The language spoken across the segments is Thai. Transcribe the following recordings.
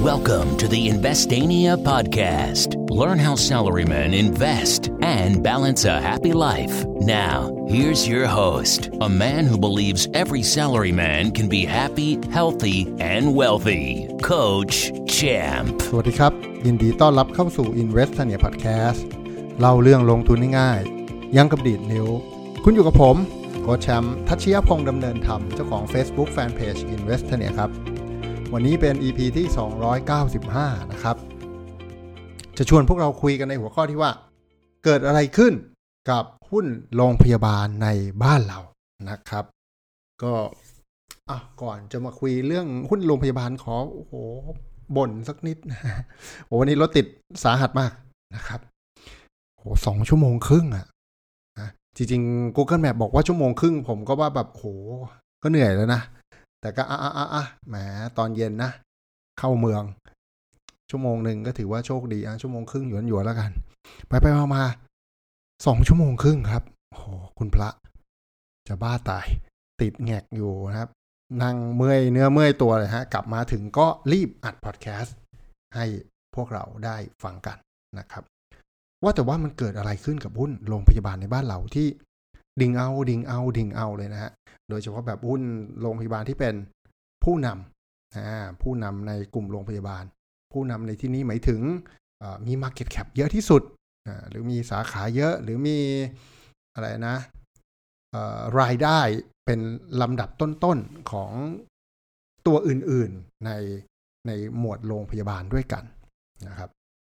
Welcome to the Investania podcast. Learn how salarymen invest and balance a happy life. Now, here's your host, a man who believes every salaryman can be happy, healthy, and wealthy, Coach Champ. สวัสดีครับยินดีต้อนรับเข้าสู่ Investania podcast เล่าเรื่องลงทุนง่ายๆยังกับดีดนิ้วคุณอยู่กับผมโค้ชแชมป์ทัชยพงษ์ดำเนินธรรมเจ้าของ Facebook Fanpage Investania ครับวันนี้เป็น EP ที่295นะครับจะชวนพวกเราคุยกันในหัวข้อที่ว่าเกิดอะไรขึ้นกับหุ้นโรงพยาบาลในบ้านเรานะครับก็ก่อนจะมาคุยเรื่องหุ้นโรงพยาบาลขอบ่นสักนิดนะวันนี้รถติดสาหัสมากนะครับ2 ชั่วโมงครึ่งนะจริงๆ Google Map บอกว่าชั่วโมงครึ่งผมก็ว่าแบบก็เหนื่อยแล้วนะแต่ก็แหมตอนเย็นนะเข้าเมืองชั่วโมงนึงก็ถือว่าโชคดีชั่วโมงครึ่งหยวนๆแล้วกันไปมา2 ชั่วโมงครึ่งครับคุณพระจะบ้าตายติดแงกอยู่นะครับนั่งเมื่อยเนื้อเมื่อยตัวเลยฮะกลับมาถึงก็รีบอัดพอดแคสต์ให้พวกเราได้ฟังกันนะครับว่าแต่ว่ามันเกิดอะไรขึ้นกับหุ้นโรงพยาบาลในบ้านเราที่ดิ่งเอาเลยนะฮะโดยเฉพาะแบบหุ้นโรงพยาบาลที่เป็นผู้นำในกลุ่มโรงพยาบาลผู้นำในที่นี้หมายถึงมี market cap เยอะที่สุดหรือมีสาขาเยอะหรือมีอะไรนะรายได้เป็นลำดับต้นๆของตัวอื่นๆในหมวดโรงพยาบาลด้วยกันนะครับ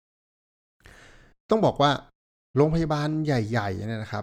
ต้องบอกว่าโรงพยาบาลใหญ่ๆเนี่ยนะครับ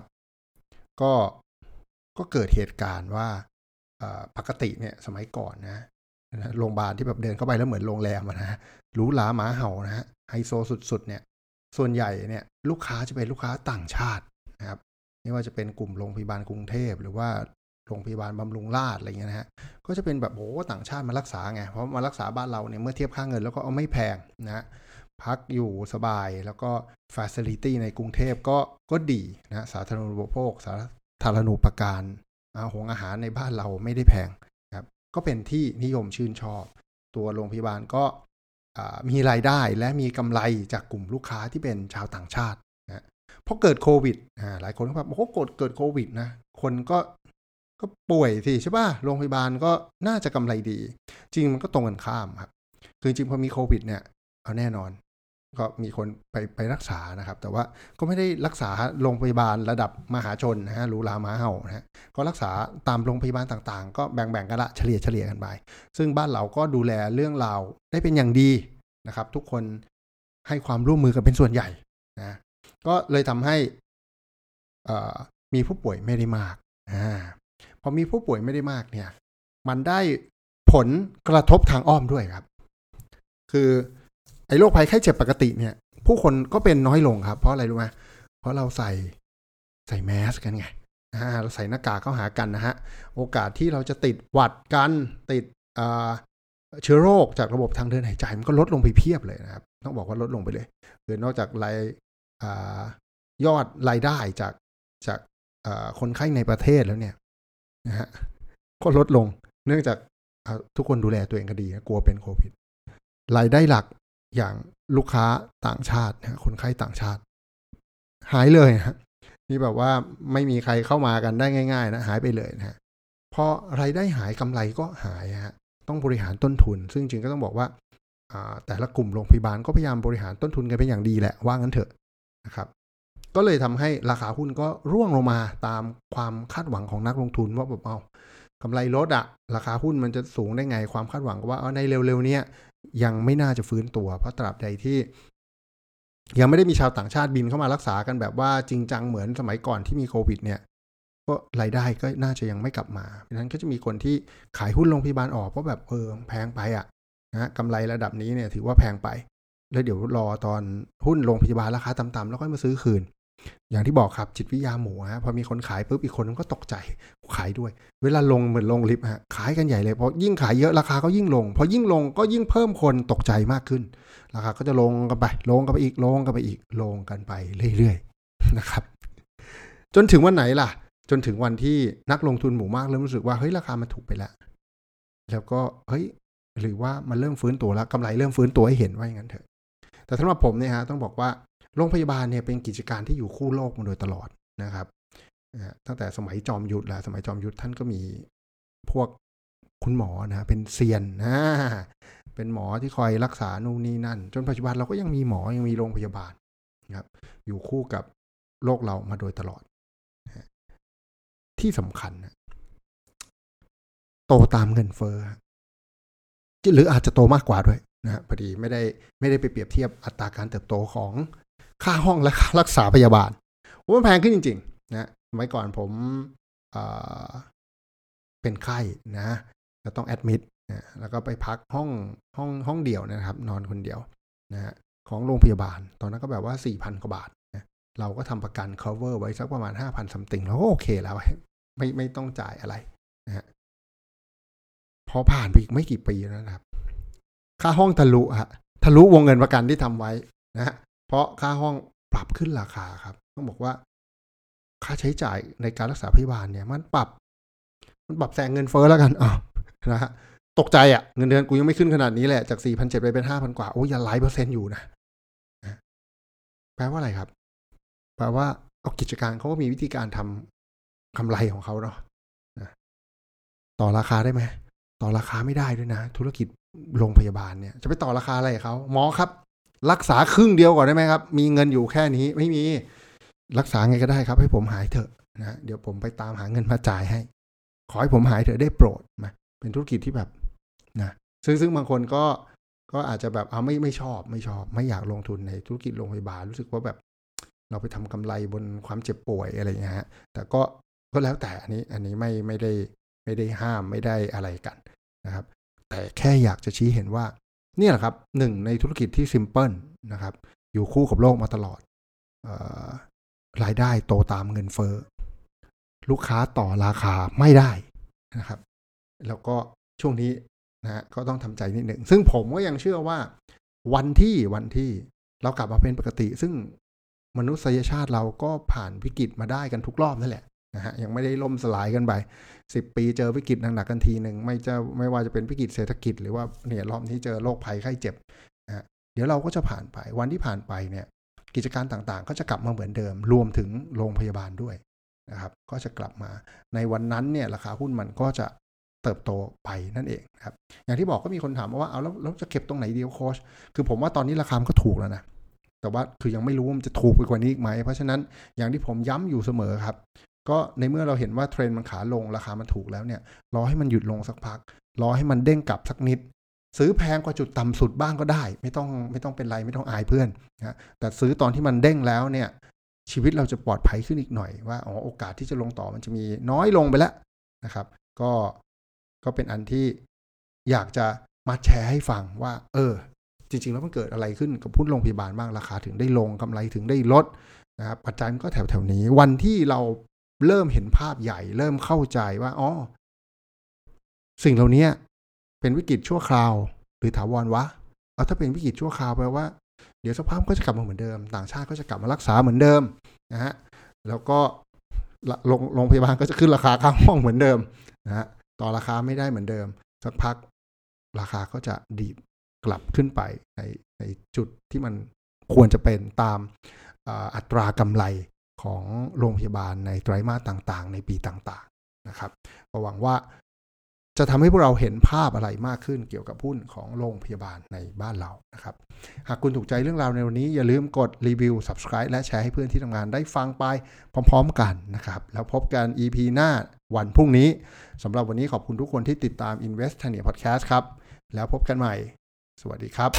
ก็เกิดเหตุการณ์ว่าปกติเนี่ยสมัยก่อนนะโรงพยาบาลที่แบบเดินเข้าไปแล้วเหมือนโรงแรมนะหรูหราหมาเห่านะฮะไฮโซสุดๆเนี่ยส่วนใหญ่เนี่ยลูกค้าจะเป็นลูกค้าต่างชาตินะครับไม่ว่าจะเป็นกลุ่มโรงพยาบาลกรุงเทพหรือว่าโรงพยาบาลบำรุงราษฎร์อะไรเงี้ยนะฮะก็จะเป็นแบบต่างชาติมารักษาไงเพราะมารักษาบ้านเราเนี่ยเมื่อเทียบค่าเงินแล้วก็ไม่แพงนะพักอยู่สบายแล้วก็ facility ในกรุงเทพก็ดีนะสาธารณูปโภคสาธารณูปการอาหารในบ้านเราไม่ได้แพงครับก็เป็นที่นิยมชื่นชอบตัวโรงพยาบาลก็มีรายได้และมีกำไรจากกลุ่มลูกค้าที่เป็นชาวต่างชาตินะพอเกิดโควิดหลายคนก็แบบเกิดโควิดนะคนก็ป่วยสิใช่ป่ะโรงพยาบาลก็น่าจะกำไรดีจริงมันก็ตรงกันข้ามครับคือจริงพอมีโควิดเนี่ยแน่นอนก็มีคนไปรักษานะครับแต่ว่าก็ไม่ได้รักษาโรงพยาบาลระดับมหาชนนะฮะหรูหราหมาเห่านะฮะก็รักษาตามโรงพยาบาลต่างๆก็แบ่งกันละเฉลี่ยกันไปซึ่งบ้านเราก็ดูแลเรื่องราวได้เป็นอย่างดีนะครับทุกคนให้ความร่วมมือกันเป็นส่วนใหญ่นะก็เลยทำให้มีผู้ป่วยไม่ได้มากพอมีผู้ป่วยไม่ได้มากเนี่ยมันได้ผลกระทบทางอ้อมด้วยครับคือไอ้โรคภัยไข้เจ็บปกติเนี่ยผู้คนก็เป็นน้อยลงครับเพราะอะไรรู้ไหมเพราะเราใส่แมสกันไงเราใส่หน้ากากเข้าหากันนะฮะโอกาสที่เราจะติดหวัดกันติดเชื้อโรคจากระบบทางเดินหายใจมันก็ลดลงไปเพียบเลยนะครับต้องบอกว่าลดลงไปเลยคือนอกจากยอดรายได้จากคนไข้ในประเทศแล้วเนี่ยนะฮะก็ลดลงเนื่องจากทุกคนดูแลตัวเองก็ดีกลัวเป็นโควิดรายได้หลักอย่างลูกค้าต่างชาติคนไข้ต่างชาติหายเลยนะนี่แบบว่าไม่มีใครเข้ามากันได้ง่ายๆนะหายไปเลยนะพอรายได้หายกำไรก็หายฮะต้องบริหารต้นทุนซึ่งจริงก็ต้องบอกว่าแต่ละกลุ่มโรงพยาบาลก็พยายามบริหารต้นทุนกันเป็นอย่างดีแหละว่างั้นเถอะนะครับก็เลยทำให้ราคาหุ้นก็ร่วงลงมาตามความคาดหวังของนักลงทุนว่าแบบกำไรลดราคาหุ้นมันจะสูงได้ไงความคาดหวังว่าในเร็วๆนี้ยังไม่น่าจะฟื้นตัวเพราะตราบใดที่ยังไม่ได้มีชาวต่างชาติบินเข้ามารักษากันแบบว่าจริงจังเหมือนสมัยก่อนที่มีโควิดเนี่ยก็รายได้ก็น่าจะยังไม่กลับมาเพราะฉะนั้นก็จะมีคนที่ขายหุ้นโรงพยาบาลออกเพราะแบบแพงไปนะกำไรระดับนี้เนี่ยถือว่าแพงไปแล้วเดี๋ยวรอตอนหุ้นโรงพยาบาลราคาต่ำๆแล้วค่อยมาซื้อคืนอย่างที่บอกครับจิตวิทยาหมูพอมีคนขายปุ๊บอีกคนก็ตกใจขายด้วยเวลาลงเหมือนลงลิฟต์ขายกันใหญ่เลยเพราะยิ่งขายเยอะราคาก็ยิ่งลงพอยิ่งลงก็ยิ่งเพิ่มคนตกใจมากขึ้นราคาก็จะลงกันไปลงกันไปอีกลงกันไปเรื่อยๆนะครับจนถึงวันไหนล่ะจนถึงวันที่นักลงทุนหมู่มากเริ่มรู้สึกว่าเฮ้ยราคามันถูกไปแล้วก็เฮ้ยหรือว่ามันเริ่มฟื้นตัวแล้วกำไรเริ่มฟื้นตัวให้เห็นว่าอย่างนั้นเถอะแต่สำหรับผมเนี่ยฮะต้องบอกว่าโรงพยาบาลเนี่ยเป็นกิจการที่อยู่คู่โลกมาโดยตลอดนะครับตั้งแต่สมัยจอมยุทธแล้วสมัยจอมยุทธท่านก็มีพวกคุณหมอนะเป็นเซียนเป็นหมอที่คอยรักษานู่นนี่นั่นจนปัจจุบันเราก็ยังมีหมอยังมีโรงพยาบาลนะครับอยู่คู่กับโลกเรามาโดยตลอดที่สำคัญนะโตตามเงินเฟ้อหรืออาจจะโตมากกว่าด้วยนะพอดีไม่ได้ไปเปรียบเทียบอัตราการเติบโตของค่าห้องและค่ารักษาพยาบาลมันแพงขึ้นจริงๆนะสมัยก่อนผมเป็นไข้นะแล้วต้องแอดมิดนะแล้วก็ไปพักห้องเดี่ยวนะครับนอนคนเดียวนะของโรงพยาบาลตอนนั้นก็แบบว่า 4,000 กว่าบาทนะเราก็ทำประกัน cover ไว้สักประมาณ 5,000 ซัมติงเราก็โอเคแล้วไม่ต้องจ่ายอะไรนะพอผ่านไปอีกไม่กี่ปีนะครับค่าห้องทะลุวงเงินประกันที่ทำไว้นะเพราะค่าห้องปรับขึ้นราคาครับต้องบอกว่าค่าใช้จ่ายในการรักษาพยาบาลเนี่ยมันปรับแซงเงินเฟ้อแล้วกันนะฮะตกใจเงินเดือนกูยังไม่ขึ้นขนาดนี้แหละจาก 4,700 ไปเป็น 5,000 กว่าโอ้ยอย่าหลายเปอร์เซ็นต์อยู่นะแปลว่าอะไรครับแปลว่ากิจการเขาก็มีวิธีการทำกำไรของเขาเนาะต่อราคาได้ไหมต่อราคาไม่ได้ด้วยนะธุรกิจโรงพยาบาลเนี่ยจะไปต่อราคาอะไรเขาหมอครับรักษาครึ่งเดียวก่อนได้ไหมครับมีเงินอยู่แค่นี้ไม่มีรักษาไงก็ได้ครับให้ผมหายเถอะนะเดี๋ยวผมไปตามหาเงินมาจ่ายให้ขอให้ผมหายเถอะได้โปรดมาเป็นธุรกิจที่แบบนะซึ่งบางคนก็อาจจะแบบไม่ชอบไม่อยากลงทุนในธุรกิจโรงพยาบาลรู้สึกว่าแบบเราไปทำกำไรบนความเจ็บป่วยอะไรอย่างเงี้ยฮะแต่ก็แล้วแต่อันนี้ไม่ได้ห้ามไม่ได้อะไรกันนะครับแต่แค่อยากจะชี้เห็นว่านี่แหละครับหนึ่งในธุรกิจที่ซิมเพิลนะครับอยู่คู่กับโลกมาตลอดรายได้โตตามเงินเฟ้อลูกค้าต่อราคาไม่ได้นะครับแล้วก็ช่วงนี้นะก็ต้องทำใจนิดหนึ่งซึ่งผมก็ยังเชื่อว่าวันที่เรากลับมาเป็นปกติซึ่งมนุษยชาติเราก็ผ่านวิกฤตมาได้กันทุกรอบนั่นแหละนะฮะยังไม่ได้ล่มสลายกันไป10 ปีเจอวิกฤตหนักๆกันทีนึงไม่ว่าจะเป็นวิกฤตเศรษฐกิจหรือว่าเนี่ยรอบนี้เจอโรคภัยไข้เจ็บนะเดี๋ยวเราก็จะผ่านไปวันที่ผ่านไปเนี่ยกิจการต่างๆก็จะกลับมาเหมือนเดิมรวมถึงโรงพยาบาลด้วยนะครับก็จะกลับมาในวันนั้นเนี่ยราคาหุ้นมันก็จะเติบโตไปนั่นเองครับอย่างที่บอกก็มีคนถามว่าเอาแล้วจะเก็บตรงไหนดีโค้ชคือผมว่าตอนนี้ราคามันก็ถูกแล้วนะแต่ว่าคือยังไม่รู้ว่ามันจะถูกไปกว่านี้อีกไหมเพราะฉะนั้นอย่างที่ผมย้ำอยู่เสมอครับก็ในเมื่อเราเห็นว่าเทรนด์มันขาลงราคามันถูกแล้วเนี่ยรอให้มันหยุดลงสักพักรอให้มันเด้งกลับสักนิดซื้อแพงกว่าจุดต่ำสุดบ้างก็ได้ไม่ต้องเป็นไรไม่ต้องอายเพื่อนนะแต่ซื้อตอนที่มันเด้งแล้วเนี่ยชีวิตเราจะปลอดภัยขึ้นอีกหน่อยว่าโอกาสที่จะลงต่อมันจะมีน้อยลงไปแล้วนะครับก็เป็นอันที่อยากจะมาแชร์ให้ฟังว่าจริงๆแล้วมันเกิดอะไรขึ้นกับหุ้นโรงพยาบาลบ้างราคาถึงได้ลงกำไรถึงได้ลดนะครับปัจจัยมันก็แถวๆนี้วันที่เราเริ่มเห็นภาพใหญ่เริ่มเข้าใจว่าสิ่งเหล่านี้เป็นวิกฤตชั่วคราวหรือถาวรวะถ้าเป็นวิกฤตชั่วคราวแปลว่าเดี๋ยวสักพักก็จะกลับมาเหมือนเดิมต่างชาติก็จะกลับมารักษาเหมือนเดิมนะฮะแล้วก็โรงพยาบาลก็จะขึ้นราคาค่าห้องเหมือนเดิมนะฮะต่อราคาไม่ได้เหมือนเดิมสักพักราคาก็จะดีดกลับขึ้นไปในจุดที่มันควรจะเป็นตามอัตรากำไรของโรงพยาบาลในไตรมาสต่างๆในปีต่างๆนะครับก็หวังว่าจะทำให้พวกเราเห็นภาพอะไรมากขึ้นเกี่ยวกับหุ้นของโรงพยาบาลในบ้านเรานะครับหากคุณถูกใจเรื่องราวในวันนี้อย่าลืมกดรีวิว Subscribe และแชร์ให้เพื่อนที่ทำงานได้ฟังไปพร้อมๆกันนะครับแล้วพบกัน EP หน้าวันพรุ่งนี้สำหรับวันนี้ขอบคุณทุกคนที่ติดตาม Investania Podcast ครับแล้วพบกันใหม่สวัสดีครับ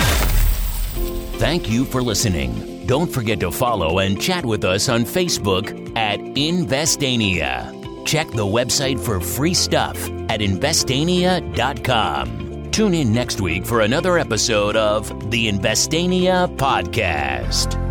Thank you for listening. Don't forget to follow and chat with us on Facebook at Investania. Check the website for free stuff at Investania.com. Tune in next week for another episode of the Investania Podcast.